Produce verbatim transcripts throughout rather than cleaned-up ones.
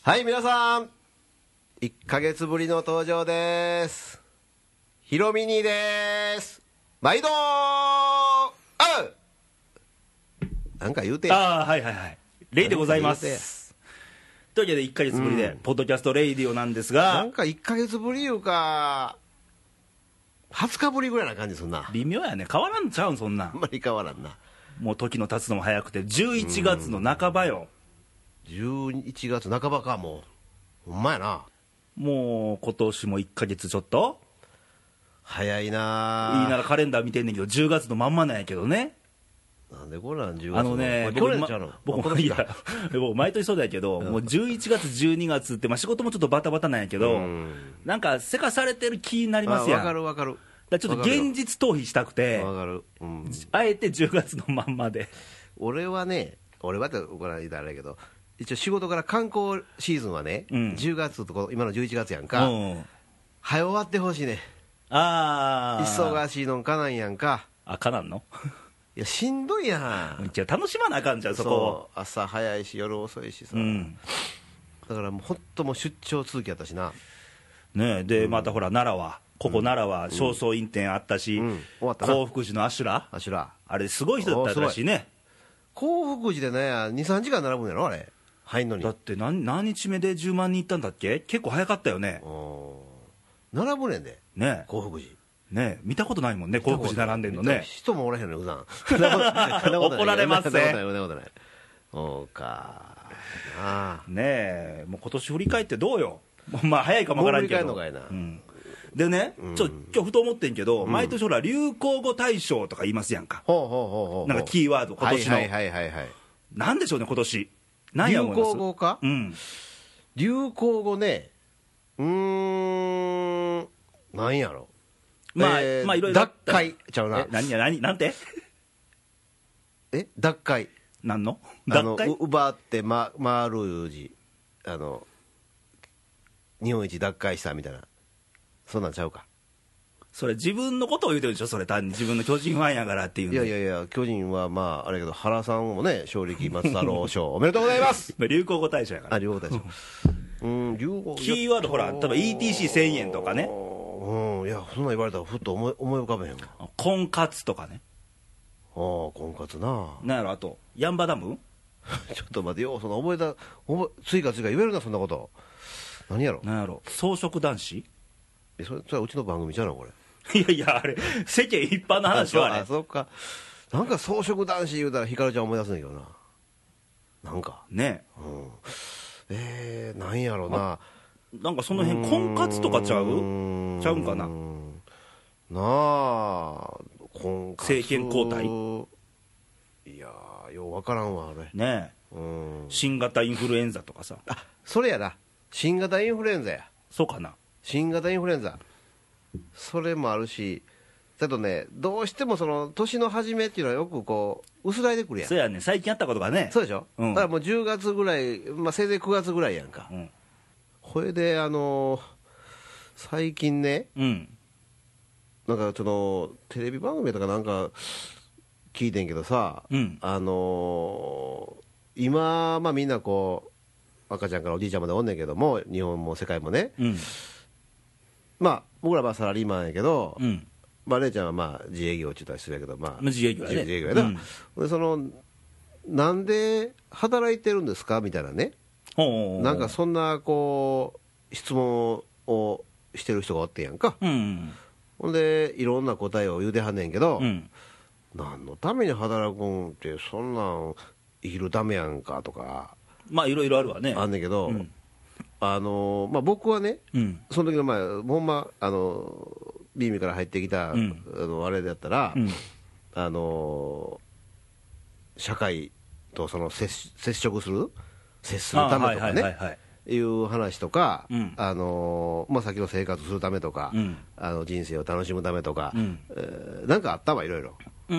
はい、皆さんいっかげつぶりの登場です。ヒロミニです。毎度あうなんか言うてああはいはいはいレイでございます。というわけでいっかげつぶりで、うん、ポッドキャストレイディオなんですが、 なんかいっかげつぶりいうかはつかぶりぐらいな感じすんな。 微妙やね。変わらんちゃうんそんな。 あんまり変わらんな。 もう時の経つのも早くてじゅういちがつの半ばよ。 じゅういちがつなかばか。もうほんまやな。 もう今年もいっかげつちょっと早いな。 いいならカレンダー見てんねんけどじゅうがつのまんまなんやけどね。 なんでこれなんじゅうがつの。 あのね、 去年ちゃうの。 僕もいや僕毎年そうだけど、うん、もうじゅういちがつじゅうにがつって、まあ、仕事もちょっとバタバタなんやけど、うん、なんかせかされてる気になりますやん。 わかるわかる。 だちょっと現実逃避したくて、 わかる、うん、 あえてじゅうがつのまんまで。 俺はね、俺はってご覧いただいたらけど、一応仕事から観光シーズンはね、うん、じゅうがつと今のじゅういちがつやんか、うん、早終わってほしいね。 ああ忙しいのんかなんやんか。 あ、かなんのいやしんどいやん。 じゃ楽しまなあかんじゃんそこ。 そう朝早いし夜遅いしさ、うん、だからもうほんともう出張続きやったしな。 ねえで、うん、またほら奈良はここ奈良は正倉院展あったし、うんうん、興福寺の阿修羅阿修羅あれすごい人だったらしいね。 興福寺でねにさんじかん並ぶんやろあれ入んのに。 だって何、何日目でじゅうまんにん行ったんだっけ。結構早かったよね。 並ぶねんでね興福寺ね。見たことないもんね興福寺並んでんのね。 人もおらへんのうざん怒られますね。 そうかあねえもう今年振り返ってどうよ。まあ早いかもわからんけど。 もう振り返んのかいな、うんでね、ちょ今日ふと思ってんけど、うん、毎年ほら流行語大賞とか言いますやんか。 ほうほうほうほう。 なんかキーワード今年の。 はいはいはいはい。 なんでしょうね今年。何や思います。 流行語か。 うん。 流行語ね。うーん。なんやろ。 まあ、 えー、 まあいろいろ。 脱会ちゃうな。 え何や何なんて。 え脱会。 なんの。 脱会。奪ってま回る字あの日本一脱会したみたいな。そんなんちゃうか。 それ自分のことを言うてるでしょ。それ単に自分の巨人ファンやからっていうの。 いやいやいや巨人はまああれやけど原さんもね勝力松太郎賞おめでとうございます。 流行語大賞やから。 あ流行語大賞うん流行キーワードほら例えば イーティーシーせん 円とかね。 うんいやそんなん言われたらふっと思い思い浮かべへんわ。 婚活とかね。 ああ婚活な。 なんやろあとヤンバダムちょっと待ってよそんな覚えた覚えついかついか言えるなそんなこと。何やろなんやろ草食男子。 えそれそれはうちの番組じゃなこれ。 いやいやあれ世間一般の話はあれ。 あそうかなんか草食男子言うたらひかるちゃん思い出すんだけどな。なんかねえ、うん、えー、なんやろな。 なんかその辺婚活とかちゃうちゃうんかな。 なあ婚活政権交代。 いやよう分からんわあれねえ、うん、新型インフルエンザとかさ。 あそれやな新型インフルエンザや。 そうかな新型インフルエンザそれもあるしだとねどうしてもその年の初めっていうのはよくこう薄らいでくるやん。 そうやね最近あったことがね。 そうでしょ、 うん、 だからもうじゅうがつぐらい、まあ、せいぜいくがつぐらいやんか、うん、これであのー、最近ね、うん、なんかそのテレビ番組とかなんか聞いてんけどさ、うん、あのー、今、まあ、みんなこう赤ちゃんからおじいちゃんまでおんねんけども日本も世界もね、うん、まあ僕らはサラリーマンやけど、うん、まあ姉ちゃんはまあ自営業って言ったりするやけど、まあ、 自営業やね。 自営業やな、うん、でそのなんで働いてるんですかみたいなね、なんかそんなこう質問をしてる人がおってんやんか、うん、ほんでいろんな答えを言うてはんねんけど、うん、何のために働くんってそんなん生きるためやんかとかまあいろいろあるわねあんねんけど、うん、あのまあ、僕はね、うん、その時の前ほんまあのビーミから入ってきた、うん、あのあれだったら、うん、あの社会とその接接触する接するためとかね、はいはいはいはい、いう話とか、うんあのまあ、先の生活するためとか、うん、あの人生を楽しむためとか、うんえー、なんかあったわいろいろ、うん、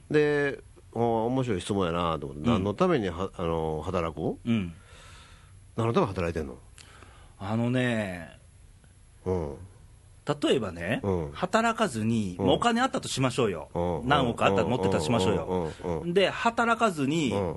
で面白い質問やなと思って、うん、何のためにはあの働く、うん、何のために働いてんの。 あのね、うん、例えばね、うん、働かずに、うん、お金あったとしましょうよ、うん、何億あったと持ってたとしましょうよ、うん、で働かずに、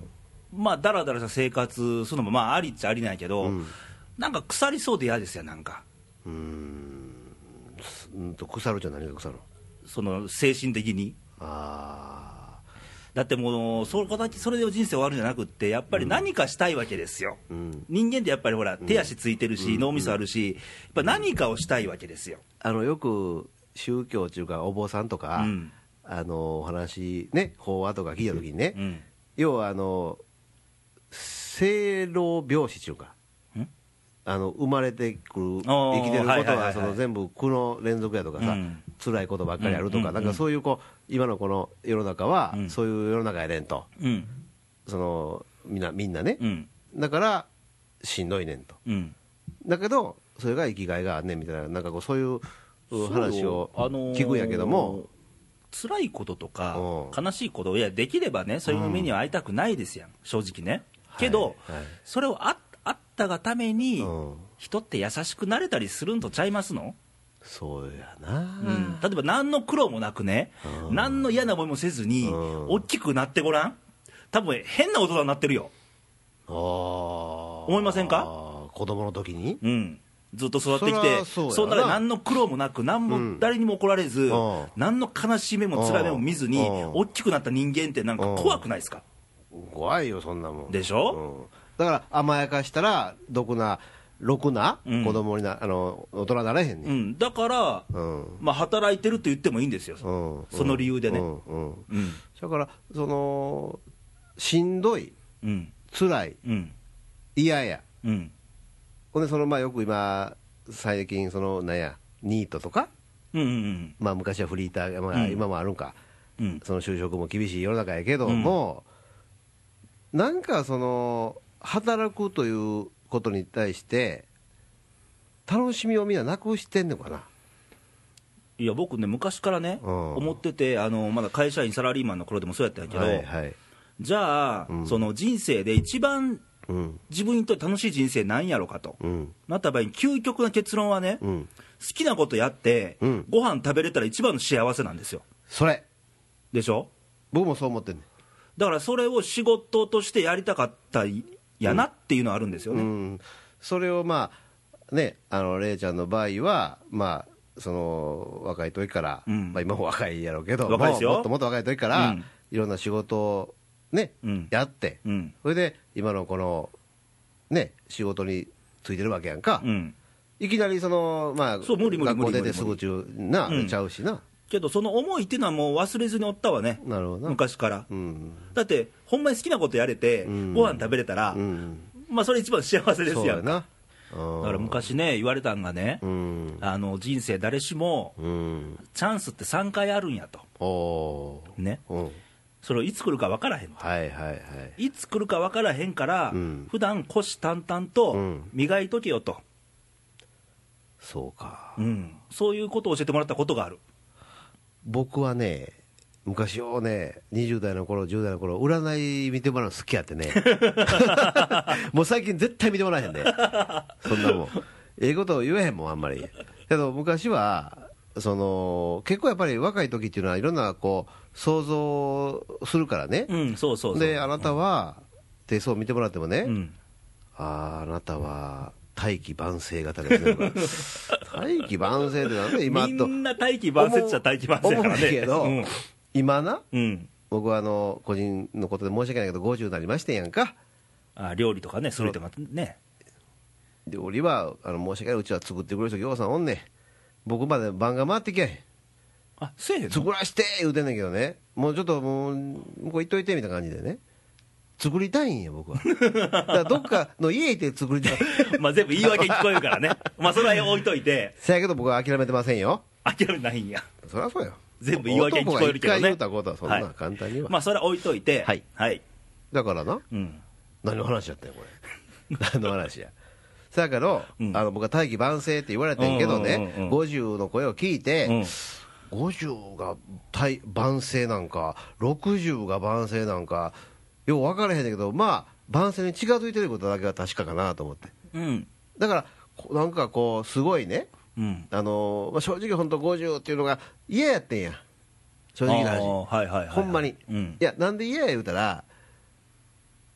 まあだらだらした生活するのもまあありっちゃありなんやけど、 うん、 なんか腐りそうで嫌ですよ。なんかうーんうんと腐るじゃ何が腐るの？ その精神的に。 あだってもうそこだけそれで人生終わるんじゃなくって、やっぱり何かしたいわけですよ、 うん、 人間ってやっぱりほら手足ついてるし、 うん、 脳みそあるし、やっぱ何かをしたいわけですよ。 あのよく宗教っていうかお坊さんとか、うん、あのお話ね、法話とか聞いた時にね、うん、要はあの生老病死っていうか、あの生まれてくる生きてることはその全部苦の連続やとかさ、うん、辛いことばっかりあるとか、うん、なんかそういうこう今のこの世の中はそういう世の中やねんと、うん、そのみんなみんなね、うん、だからしんどいねんと、うん、だけどそれが生きがいがあんねんみたいな、なんかこうそういう話を聞くんやけども、あのー、辛いこととか悲しいことを、いやできればねそういう目には会いたくないですやん、正直ね。けど、はいはい、それをああったがために、うん、人って優しくなれたりするんとちゃいますの？ そうやな、うん、 例えば何の苦労もなくね、うん、何の嫌な思いもせずに、うん、大きくなってごらん。多分変な大人になってるよ。あ思いませんか？ 子供の時に、 うん、ずっと育ってきて、そそんな何の苦労もなく、何も誰にも怒られず、うん、何の悲しい目も辛い目も見ずに、大きくなった人間ってなんか怖くないですか？ 怖いよそんなもんでしょ、 うん、だから甘やかしたら毒なろくな子供にな、うん、あの大人になれへんね、 うん、だから、うん、まあ、働いてると言ってもいいんですよ、うん、その理由でね、うんうんうん、だからそのしんどい、うん、辛い、うん、嫌や、うん、ほんでそのまあよく今最近そのなんやニートとか、うんうんうん、まあ昔はフリーター、まあ、今もあるんか、うん、その就職も厳しい世の中やけども、うん、なんかその働くということに対して楽しみをみんななくしてんのかな。 いや僕ね昔からね、うん、思ってて、あのまだ会社員サラリーマンの頃でもそうやったんやけど、はいはい、じゃあ、うん、その人生で一番、うん、自分にとって楽しい人生なんやろかと、うん、なった場合に究極な結論はね、うん、好きなことやって、うん、ご飯食べれたら一番の幸せなんですよ。それでしょ。 僕もそう思ってんねん。 だからそれを仕事としてやりたかったやなっていうのはあるんですよね、うんうん、 それをまあね、あのれいちゃんの場合はまあその若い時から、うんまあ、今も若いやろうけど若いですよ、 もっともっと若い時から、うん、いろんな仕事をね、うん、やって、うん、それで今のこのね仕事についてるわけやんか、うん、いきなりそのまあ学校出てすぐちゅうな、うん、ちゃうしな。 けどその思いっていうのはもう忘れずにおったわね。なるほど昔から、うん、だってほんまに好きなことやれて、うん、ご飯食べれたら、うん、まあそれ一番幸せですやんか。だから昔ね言われたんがね、うん、あの人生誰しも、うん、チャンスってさんかいあるんやと、ね、うん、それをいつ来るか分からへんと、はいはいはい、いつ来るか分からへんから、うん、普段虎視眈々と磨いとけよと、 そうか、 うん、そういうことを教えてもらったことがある。 僕はね昔をねにじゅう代の頃じゅう代の頃占い見てもらうの好きやってねもう最近絶対見てもらえへんで、ね、そんなもんええこと言えへんもんあんまり。けど昔はその結構やっぱり若い時っていうのはいろんなこう想像するからね、うん、そうそうそう、であなたは、うん、手相見てもらってもね、うん、あああなたは大器晩成型ですね大器晩成ってなんで今とみんな大器晩成っちゃ大器晩成だからね。 けど、うん、今な、うん、僕はあの個人のことで申し訳ないけどごじゅうになりましてんやんか。 あ料理とかねするとかね。 料理はあの申し訳ないうちは作ってくれる人ぎょうさんおんねん。僕まで番が回ってきやへん。あせえへんの作らして言うてんねんけどね、もうちょっともう向こう行っといてみたいな感じでね作りたいんや僕はだからどっかの家行って作りたいまあ全部言い訳聞こえるからねまあそれは置いといて。 せやけど僕は諦めてませんよ。 諦めてないんや。 そりゃそうよ。 全部言い訳聞こえるけどね。一回言うたことはそんな簡単には、はい、 まあそれは置いといて、はい、はい、 だからな、うん、何の話やったんやこれ何の話やせやけど、うん、あの僕は大器晩成って言われてんけどね、うんうんうんうん、ごじゅうの声を聞いて、うん、ごじゅうが晩成なんかろくじゅうが晩成なんかよう分からへんねんけど、まあ晩成に近づいてることだけは確かかなと思って、うん、だからなんかこうすごいね、うん、あのまあ、正直本当ごじゅうっていうのが嫌やってんや正直な話、はいはいはいはい、ほんまに、うん、いやなんで嫌や言うたら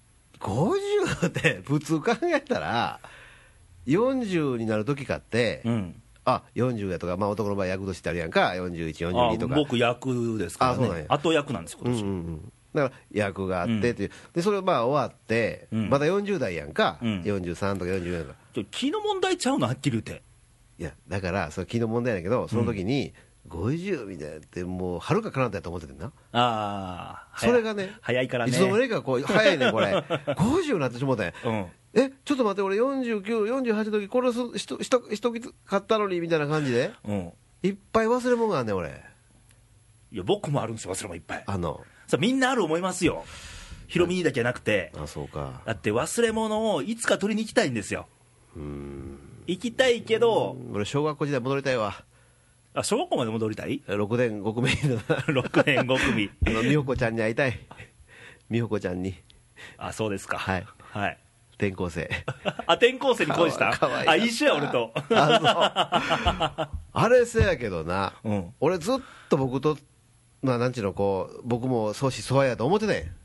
ごじゅうって普通考えたらよんじゅうになる時かって、うん、あよんじゅうやとか、まあ、男の場合役年ってあるやんか、よんじゅういち、よんじゅうにとか。 僕役ですからね。あ後役なんですよ今年、うんうんうん、 だから役があってっていう、うん、でそれまあ終わって、うん、まだよんじゅう代やんか、うん、よんじゅうさんとかよんじゅうよんとか。 気の問題ちゃうのはっきり言うて。 いやだからそれ気の問題やけど、その時にごじゅうみたいなってもうはるか彼方やと思っててんな。 ああそれがね早いからね、 いつの間にかこう早いねこれごじゅうになってしもうたんや、うん、えちょっと待って俺よんじゅうきゅう、よんじゅうはちの時これひとひとひとき買ったのにみたいな感じで、うん、いっぱい忘れ物があんねん俺。 いや僕もあるんですよ忘れ物いっぱい。 あのさみんなある思いますよ、ヒロミにだけなくて。 あそうか。 だって忘れ物をいつか取りに行きたいんですよ。うーん行きたいけど俺小学校時代戻りたいわ。 あ小学校まで戻りたい。 ろくねんご組ろくねんご組あの美穂子ちゃんに会いたい。美穂子ちゃんに。 あそうですか。 はい、 はい、 転校生あ転校生に恋した。 かわいい。 あ一緒や俺と。 あそうあれせやけどな、うん、俺ずっと僕とまあなんちゅうのこう僕も相思相愛やと思ってね。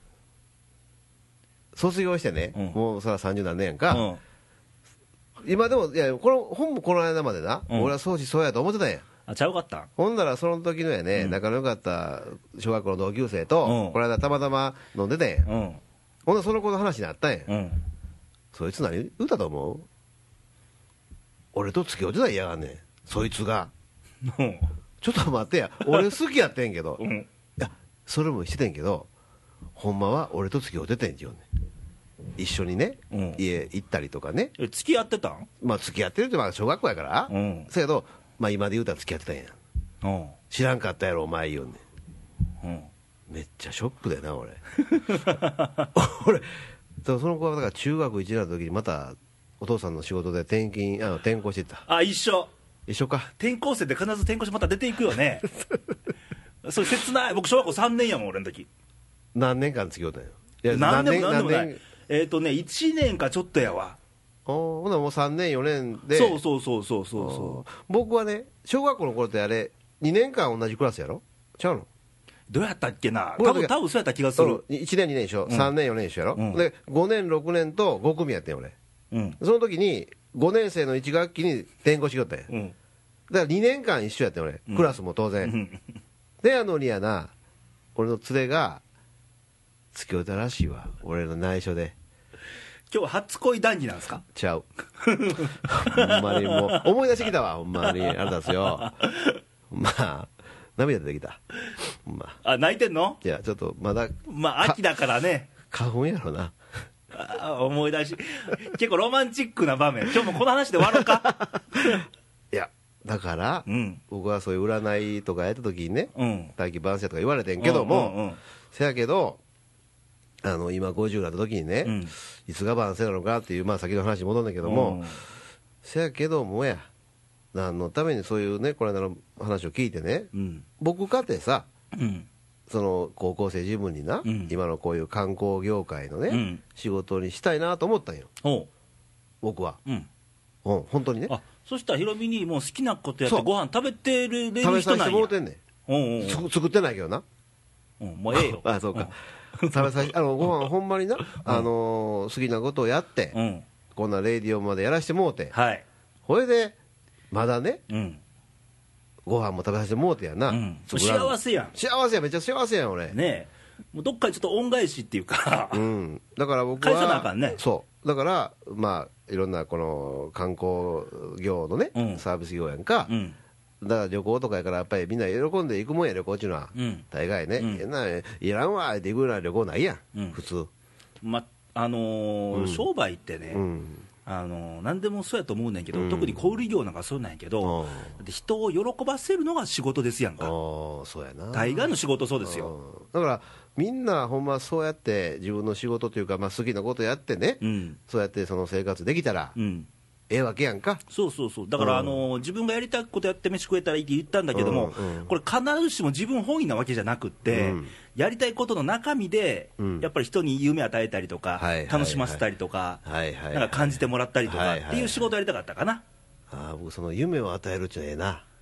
卒業してね、うん、もうそらさんじゅう何年やんか、うん、今でもいやこの本もこの間までな、うん、俺は相思相愛やと思ってたんや。 あちゃうかった。 ほんならその時のやね、うん、仲の良かった小学校の同級生と、うん、この間たまたま飲んでて、うん、ほんならその子の話になったんや、うん、そいつ何言うたと思う。俺と付き合うてたら嫌がんねんそいつが、うん、ちょっと待ってや俺好きやってんけど、うん、いやそれもしててんけどほんまは俺と付き合うててんって言うねん。一緒にね、うん、家行ったりとかね。 え付き合ってたん。 まあ付き合ってるってまあ小学校やから、うん、そやけどまあ今で言うたら付き合ってたんや、うん、知らんかったやろお前言うねん、うん、めっちゃショックだよな俺俺その子はだから中学いちねんの時にまたお父さんの仕事で転勤あの転校してた。 あ一緒一緒か。 転校生って必ず転校してまた出ていくよねそれ切ない。僕小学校さんねんやもん俺の時。 何年間付き合うたんや。 いや何年も何年もないえっ、ー、とねいちねんかちょっとやわ。 ほなもうさんねんよねんで。 そうそうそうそうそうそう。 僕はね小学校の頃ってあれにねんかん同じクラスやろちゃうの。 どうやったっけな。多分多分そうやった気がする。 いちねんにねん一緒、うん、さんねんよねん一緒やろ、うん、でごねんろくねんとご組やってん俺、うん、その時にごねん生のいち学期に転校しよったんや、うん、だからにねんかん一緒やってん俺、うん、クラスも当然、うん、でやのにやな俺の連れが付き合うたらしいわ俺の内緒で。 今日は初恋談義なんですか。 ちゃうほんまにもう思い出してきたわほんまにあれだすよまあ涙出てきた、まあ、あ泣いてんの。 いやちょっとまだまあ秋だからね花粉やろなあ思い出し結構ロマンチックな場面。今日もこの話で終わろうかいやだから、うん、僕はそういう占いとかやった時にね、うん、大器晩成とか言われてんけども、うんうんうん、せやけどあの今ごじゅうになった時にね、うん、いつが晩成なのかっていう、まあ、先の話に戻るんだけども、うん、せやけどもや何のためにそういうねこの間の話を聞いてね、うん、僕かてさ、うん、その高校生自分にな、うん、今のこういう観光業界のね、うん、仕事にしたいなと思ったんよ僕は、うんうん、本当にね。 あそしたらヒロミにもう好きなことやってご飯食べてる人なんや。食べさせてもうてんねん、うんうん、作ってないけどな、 うん、もうええよあそうか、うん、食べさせあのご飯ほんまにな、あのー、好きなことをやって、うん、こんなレディオまでやらしてもうて、はい、これでまだね、うん、ご飯も食べさせてもうてやな、うん、 幸せやん。 幸せやめっちゃ幸せやん俺ねえ。もうどっかでちょっと恩返しっていうか、 うん、だから僕は返さなあかんね。 そうだからまあいろんなこの観光業のね、うん、サービス業やんか、うん、だから旅行とかやからやっぱりみんな喜んで行くもんや旅行っていうのは、うん、大概ね、うん、ないらんわって行くような旅行ないやん、うん、普通まあのーうん、商売ってね、うんあの何でもそうやと思うねんけど、うん、特に小売業なんかそうなんやけど、で人を喜ばせるのが仕事ですやんか。 そうやな大概の仕事そうですよ。 だからみんなほんまそうやって自分の仕事というか、まあ、好きなことやってね、うん、そうやってその生活できたら、うんええわけやんか。 そうそうそうだから、うん、あの自分がやりたいことやって飯食えたらいいって言ったんだけども、うんうん、これ必ずしも自分本位なわけじゃなくって、うん、やりたいことの中身で、うん、やっぱり人に夢与えたりとか、はいはいはい、楽しませたりとか、はいはいはい、なんか感じてもらったりとか、はいはいはい、っていう仕事やりたかったかな。 あ僕その夢を与えるっちゅうのええな。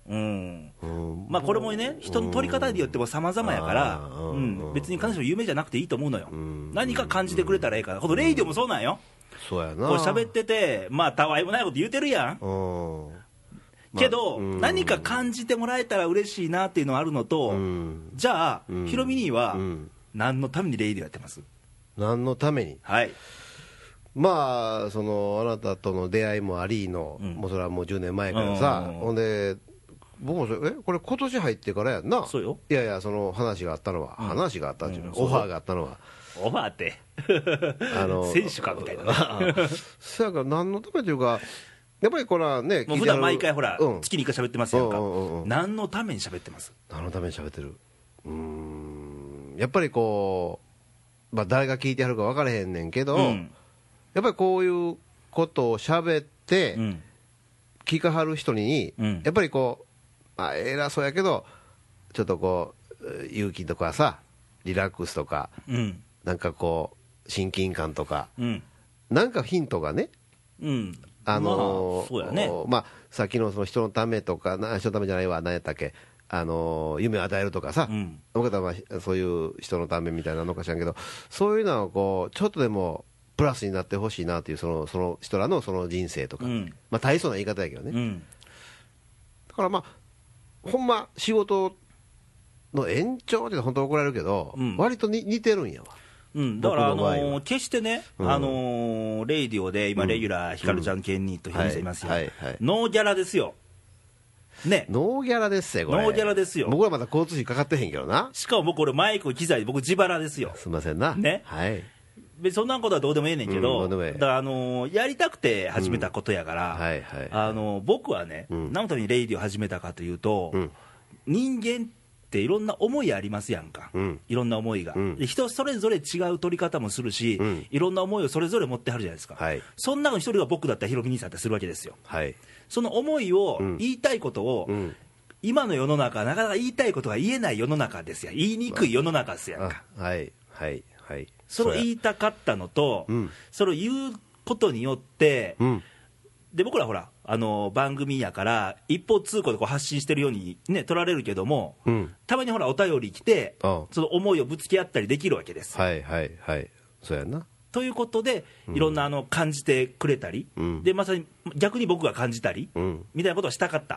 うん、まあこれもね人の取り方によっても様々やから、うん、別に必ずしも夢じゃなくていいと思うのよ。何か感じてくれたらええから。このレイディオもそうなんよ。 そうやな。 これ喋っててまあたわいもないこと言うてるやん。けど、まあ、何か感じてもらえたら嬉しいなっていうのがあるのと、じゃあヒロミ兄は何のためにレイディオやってます？ 何のために？ はい。 まあそのあなたとの出会いもありの、うん、もうそれはもうじゅうねんまえからさ、ほんで僕もえこれ今年入ってからやんな。 そうよ。 いやいやその話があったのは、うん、話があったっていうの、うん、オファーがあったのはオファーってあの選手かみたいなそやから何のためというかやっぱりこれはねもう普段毎回ほら、うん、月にいっかい喋ってますやんか、うんうんうん、何のために喋ってます？ 何のために喋ってる？うーんやっぱりこう、まあ、誰が聞いてはるか分からへんねんけど、うん、やっぱりこういうことを喋って、うん、聞かはる人に、うん、やっぱりこう、まあ、偉そうやけどちょっとこう勇気とかさリラックスとか、うん、なんかこう親近感とか、うん、なんかヒントがね、うんあのーまあそうやねまあ、さっき の, その人のためとかな人のためじゃないわ何やったっけ、あのー、夢を与えるとかさ、うん、僕はまあそういう人のためみたいなのかしらんけどそういうのをこうちょっとでもプラスになってほしいなというそのその人らのその人生とか、うん、まあ大層な言い方やけどね、うん、だからまあほんま仕事の延長って本当怒られるけど、うん、割とに似てるんやわ。 うん、だから、あのー、決してね、うん、あのー、レイディオで今、レギュラー、ひかるちゃん、ケンニーとヒロミさんいますよ、ノーギャラですよ、ね、 ノーギャラですよ、これ、 ノーギャラですよ、 僕らまだ交通費かかってへんけどな、 しかも僕、これ、マイク、機材、僕、自腹ですよ、 すみませんな、 ね、はい、別にそんなことはどうでもええねんけど、うん、だから、あのー、やりたくて始めたことやから、うんはいはいあのー、僕はね、うん、何のためにレイディオ始めたかというと、うん、人間ってっていろんな思いありますやんか、うん、いろんな思いが、うん、人それぞれ違う取り方もするし、うん、いろんな思いをそれぞれ持ってはるじゃないですか、はい、その中の一人が僕だったらヒロミ兄さんってするわけですよ、はい、その思いを、うん、言いたいことを、うん、今の世の中なかなか言いたいことが言えない世の中ですやん、言いにくい世の中ですやんか、 はいはいはい、 それを言いたかったのと、うん、それを言うことによって、うんで僕らほらあの番組やから一方通行でこう発信してるようにね取られるけども、うん、たまにほらお便り来てその思いをぶつけ合ったりできるわけです。 はいはいはいそうやな。 ということでいろんなあの感じてくれたり、うん、でまさに逆に僕が感じたり、うん、みたいなことをしたかった。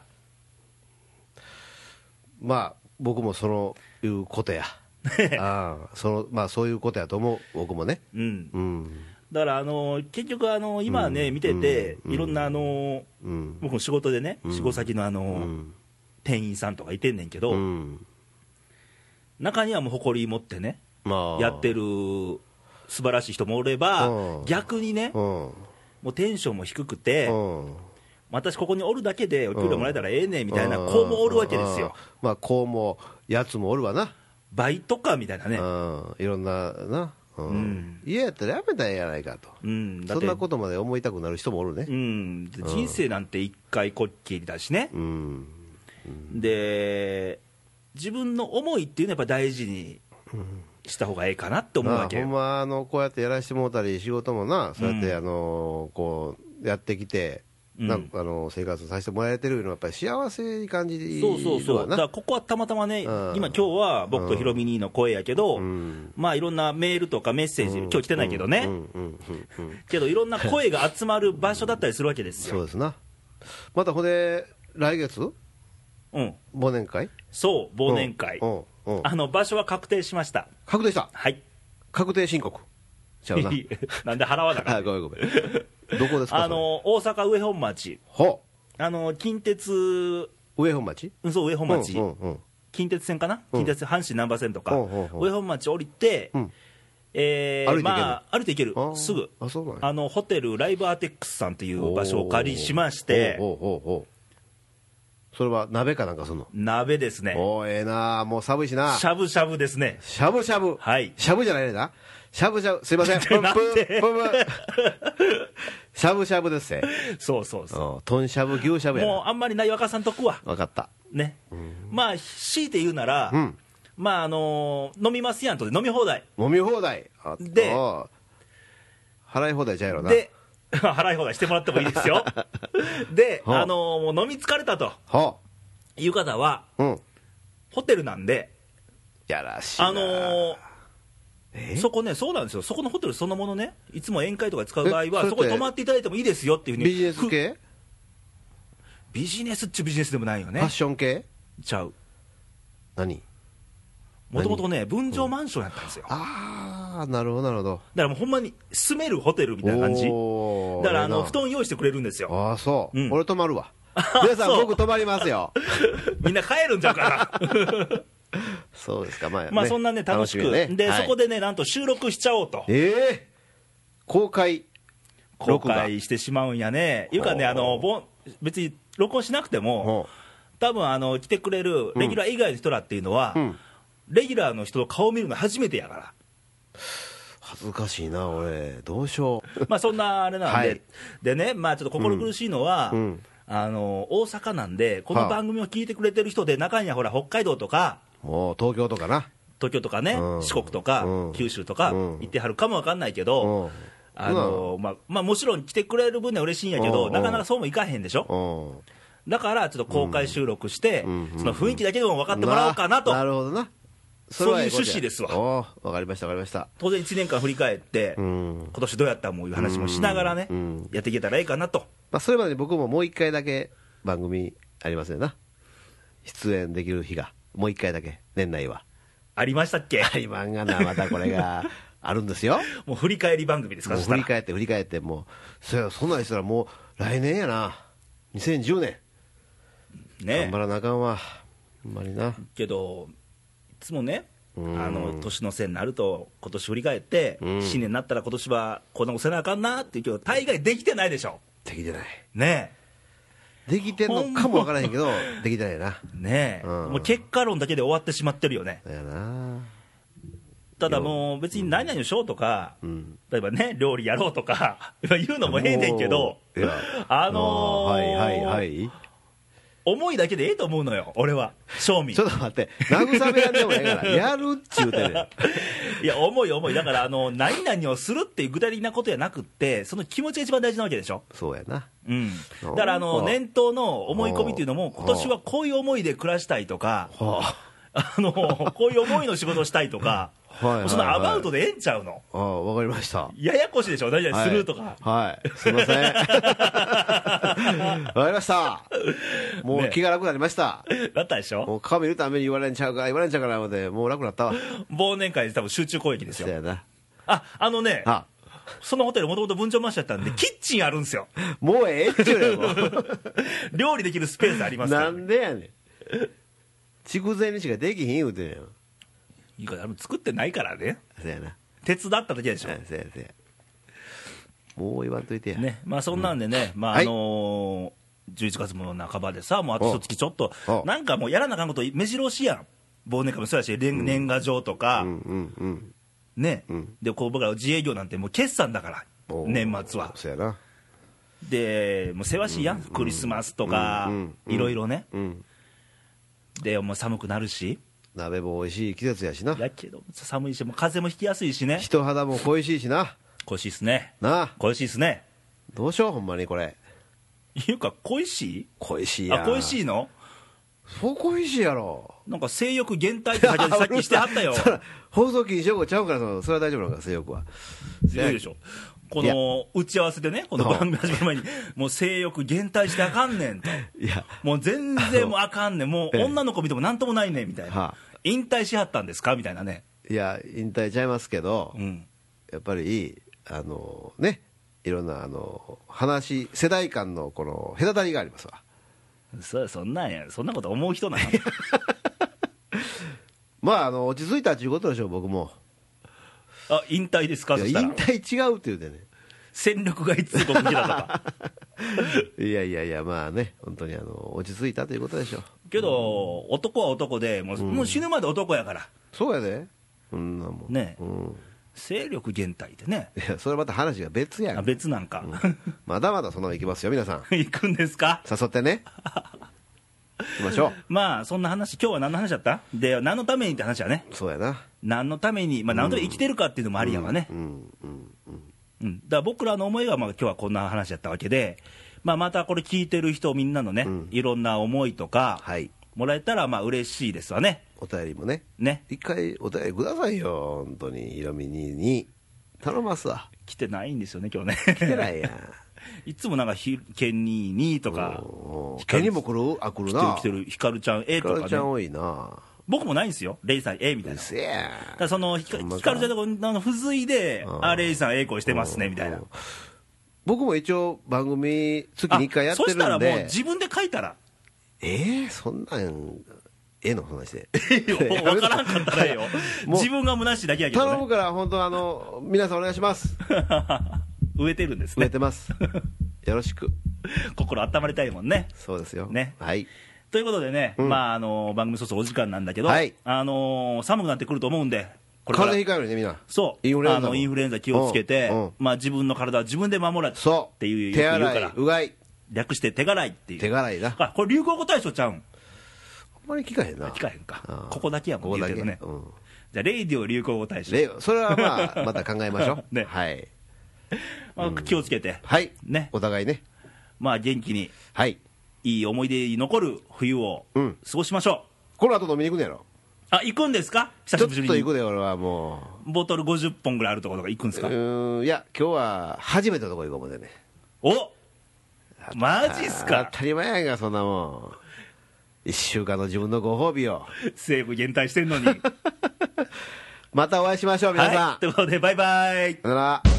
まあ僕もそのいうことやあそのまあそういうことやと思う僕もね。うん、うんだからあの結局あの今ね見てていろんなあの僕も仕事でね仕事先のあの店員さんとかいてんねんけど中にはもう誇り持ってねやってる素晴らしい人もおれば逆にねもうテンションも低くて私ここにおるだけでお給料もらえたらええねんみたいな子もおるわけですよ。 まあ子もやつもおるわなバイトかみたいなねいろんななうんうん、家やったらやめたらええやないかと、うん、そんなことまで思いたくなる人もおるね、 うん、人生なんて一回こっきりだしね、うんうん、で自分の思いっていうのはやっぱ大事にした方がええかなって思うわけよ、 まあ、ほんまあのこうやってやらせてもらったり仕事もなそうやって、うん、あのこうやってきてなんかあの生活させてもらえてるのはやっぱり幸せに感じるそうそうそうだからここはたまたまね、うん、今今日は僕とヒロミ兄の声やけど、うん、まあいろんなメールとかメッセージ、うん、今日来てないけどね、けどいろんな声が集まる場所だったりするわけですよそうですな。またほんで来月、うん、忘年会そう忘年会、うんうんうん、あの場所は確定しました。 確定した。 はい確定申告ちゃうななんで払わなかったあごめんごめんどこですか。 あの大阪上本町、ほあの近鉄上本町、 そう上本町、うんうんうん、近鉄線かな、うん、近鉄線阪神難波線とか、うんうんうん、上本町降りて、うんえー、歩いていける、まあ、歩いていけるすぐ あ, そうなんあのホテルライブアーテックスさんという場所をお借りしまして、おおおおそれは鍋かなんかするの。 鍋ですね。 おええー、なもう寒いしな。 しゃぶしゃぶですね。 しゃぶしゃぶ、はい、しゃぶじゃないねんな。しゃぶしゃぶすいませんプンプンプンしゃぶしゃぶですね。 そうそうそう豚しゃぶ牛しゃぶやな。 もうあんまりない若さんとこは分かったね、うん、まあ強いて言うなら、うん、まああのー、飲みますやんとで飲み放題飲み放題で払い放題ちゃうやろな。 で払い放題してもらってもいいですよで、あのー、もう飲み疲れたと、はあ、 浴衣は、 うん、 ホテルなんで、 やらしいな、 あのーえそこね、そうなんですよ、そこのホテルそのものね、いつも宴会とか使う場合は、そこに泊まっていただいてもいいですよっていうふうに、 ビジネス系ビジネスっちゅうビジネスでもないよね、 ファッション系ちゃう、 何もともとね、分譲マンションやったんですよ、 うん、ああ、なるほど、なるほど、 だからもうほんまに住めるホテルみたいな感じ、だからあの布団用意してくれるんですよ、 ああ、そう、うん、俺泊まるわ、皆さん、僕泊まりますよ、 みんな帰るんちゃうかな。 そうですか、まあ、ね、 まあそんなね、楽しく、ね、で、はい、そこでね、なんと収録しちゃおうと、 ええー、公開、 公開してしまうんやね、いうかね、あの別に録音しなくても、多分あの来てくれるレギュラー以外の人らっていうのは、うん、レギュラーの人の顔を見るの初めてやから。 恥ずかしいな、俺、どうしよう。 まあそんなあれなんで、はい、でね、まあちょっと心苦しいのは、うんうん、あの大阪なんで、この番組を聞いてくれてる人で、中にはほら、北海道とか、 もう東京とかな、 東京とかね、うん、四国とか、うん、九州とか、行ってはるかもわかんないけど、うん、あのまあまあ、もちろん来てくれる分には嬉しいんやけど、なかなかそうもいかへんでしょ。だからちょっと公開収録して、その雰囲気だけでも分かってもらおうかなと。 なるほどな、 そういう趣旨ですわ。 わかりました、わかりました。 当然いちねんかん振り返って、うん、今年どうやったもいう話もしながらね、うん、やっていけたらいいかなと。 まあ、それまでに僕ももういっかいだけ番組ありますよな、出演できる日がもういっかいだけ、年内はありましたっけ。 ありまんがな、またこれがあるんですよ。 もう振り返り番組ですか。 もう振り返って振り返って、もうそや、そんなんしたらもう来年やな、にせんじゅうねんね、頑張らなあかんわ、ほんまにな。 けどいつもね、あの年の瀬になると今年振り返って、うん、新年になったら今年はこんなことせなあかんなっていうけど、大概できてないでしょ。 できてないねえ、できてんのかもわからへんけどできてないなねえ、うん、もう結果論だけで終わってしまってるよね。 だよな。 ただもう別に何々のショーとか、うん、例えばね、料理やろうとか言うのもええねんけど、あのー、はいはいはい、思いだけでええと思うのよ、俺は、正味。 ちょっと待って、慰めやんでもええから、やるっちゅうてね。 いや、重い重い、だから、あの何々をするっていう具体的なことじゃなくって、その気持ちが一番大事なわけでしょ。 そうやな。 うん、だからあの、念頭の思い込みっていうのも、今年はこういう思いで暮らしたいとか、あのこういう思いの仕事をしたいとか。はいはいはい、そのアバウトでええんちゃうの。 ああ、わかりました。 ややこしいでしょ、何々するとか。 はい、はい、すいません。わかりました。もう気が楽になりました。 ね、だったでしょ。 もう顔見るために言われんちゃうか、言われんちゃうからで、もう楽になったわ。 忘年会で多分集中攻撃ですよ。 そうやな。 あ、あのね、あそのホテルもともと分譲マンションやったんで、キッチンあるんですよ。 もうええっちゅうねん、もう。 料理できるスペースありますから、 ね。なんでやねん。筑前にしかできひん言うてんやん。 いいから作ってないからね。 そうやな。 手伝っただけでしょ。 そうやそうや。もう言わんといてや。 ね、まあそんなんでね、うん、まああのーはい、じゅういちがつも半ばでさ、もうあと一月ちょっと、なんかもうやらなあかんこと目白押しやん。忘年会もそうやし、年、うん、年賀状とか、うんうんうん、ね、うん、でこう僕ら自営業なんてもう決算だから、年末は。 そうやな。 でもうせわしいやん、うん、クリスマスとか、いろいろね、うん、でもう寒くなるし。 鍋も美味しい季節やしな。 やけど寒いし、もう風邪もひきやすいしね。 人肌も恋しいしな。 恋しいっすね。 なあ、 恋しいっすね。 どうしようほんまにこれ。 いうか恋しい？ 恋しいや。 あ、恋しいの？ そう恋しいやろ。 なんか性欲減退ってさっきしてはったよ。 放送禁止用語ちゃうから、それは大丈夫なのか、性欲は。 強いでしょ。この打ち合わせでね、この番組始まる前に、もう性欲減退してあかんねんと、いやもう全然もうあかんねん、もう女の子見てもなんともないねんみたいな、はあ、引退しはったんですかみたいなね。 いや、引退ちゃいますけど、うん、やっぱり、あのね、いろんなあの話、世代間のこの隔たりがありますわ。 そ, そんなんや、そんなこと思う人なの。 まあ、あの落ち着いたということでしょう、僕も。 あ、引退ですか。そしたら引退違うって言うてね、 戦力外通告来たとか。 いやいやいや、まあね、本当にあの落ち着いたということでしょう。 けど、男は男でもう、うん、もう死ぬまで男やから。 そうやで、そんなもんね、うん、勢力減退ってね。 いや、それまた話が別やん。 あ、別なんか、 うん、まだまだそのまま行きますよ、皆さん。 行くんですか。 誘ってね。行きましょう。 まあそんな話、今日は何の話だったで、何のためにって話やね。 そうやな。 何のために、まあ、何のために生きてるかっていうのもありやわね。うんうんうんうん、だから僕らの思いが、まあ今日はこんな話やったわけで、まあ、またこれ聞いてる人みんなのね、うん、いろんな思いとか、はい、 もらえたらまあ嬉しいですわね。 お便りもねね、 一回お便りくださいよ、本当に。ひろみにに頼ますわ。 来てないんですよね今日ね。 来てないやん。 いつもなんかひケニーにとか、 ケニーも来る、あ、来るな。 来てる来てる、ひかるちゃん A とかね。 ひかるちゃん多いな。 僕もないんですよ、レイさん A みたいな。 せや。 だからそのひかるちゃんとこの付随で、あ、レイさん A 声してますねみたいな。 僕も一応番組月にいっかいやってるんで。そしたらもう自分で書いたら。 えー、そんなんええの話で分からんかったらええよ。自分が虚しいだけやけどね。 頼むから本当あの皆さんお願いします。 植えてるんですね。 植えてます。よろしく。 心温まりたいもんね。 そうですよね。 はい。 ということでね、うん、まああの番組そろそろお時間なんだけど、はい、あのー、寒くなってくると思うんで、 これから風邪ひかないよねみんな。 そう。インフルエンザ、あのインフルエンザ気をつけて、うんうん、まあ自分の体は自分で守らっていうよく言うから。 手洗い、うがい。 略して手洗いっていう。 手洗いだ。 あ、これ流行語大賞ちゃうん。 あんまり聞かへんな。 聞かへんか。ここだけやもんね。 言うけどね。うん、じゃあレイディオ流行語大賞。 それはまあまた考えましょう。 ね。 はい。 まあ、気をつけて。 はい。 ね。 お互いね。 まあ元気に。 はい。 いい思い出に残る冬を過ごしましょう。この後飲みに行くんやろ。 あ、行くんですか？久しぶりに。 ちょっと行くで俺はもう。ボトルごじゅっぽんぐらいあるところとか行くんですか？ うーん、いや今日は初めてのとこ行こうもんでね。 お。マジっすか？ 当たり前やんかそんなもん。いっしゅうかんの自分のご褒美を。 西武減退してんのに。 またお会いしましょう皆さん。 はい、ということでバイバイ。 さよなら。